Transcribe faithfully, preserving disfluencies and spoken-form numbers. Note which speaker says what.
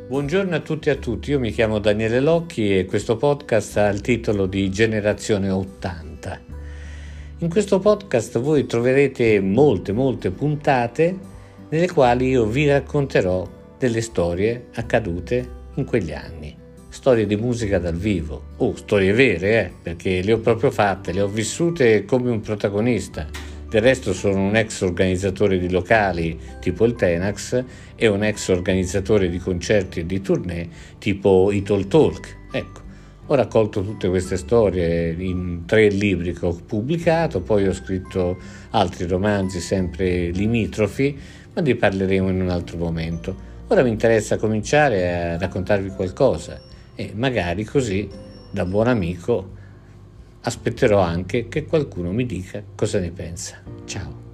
Speaker 1: Buongiorno a tutti e a tutti, io mi chiamo Daniele Locchi e questo podcast ha il titolo di Generazione ottanta. In questo podcast voi troverete molte molte puntate nelle quali io vi racconterò delle storie accadute in quegli anni. Storie di musica dal vivo, o oh, storie vere, eh, perché le ho proprio fatte, le ho vissute come un protagonista. Del resto sono un ex organizzatore di locali tipo il Tenax e un ex organizzatore di concerti e di tournée tipo i Talk Talk. Ecco, ho raccolto tutte queste storie in tre libri che ho pubblicato, poi ho scritto altri romanzi sempre limitrofi, ma di parleremo in un altro momento. Ora mi interessa cominciare a raccontarvi qualcosa e magari così, da buon amico, aspetterò anche che qualcuno mi dica cosa ne pensa. Ciao.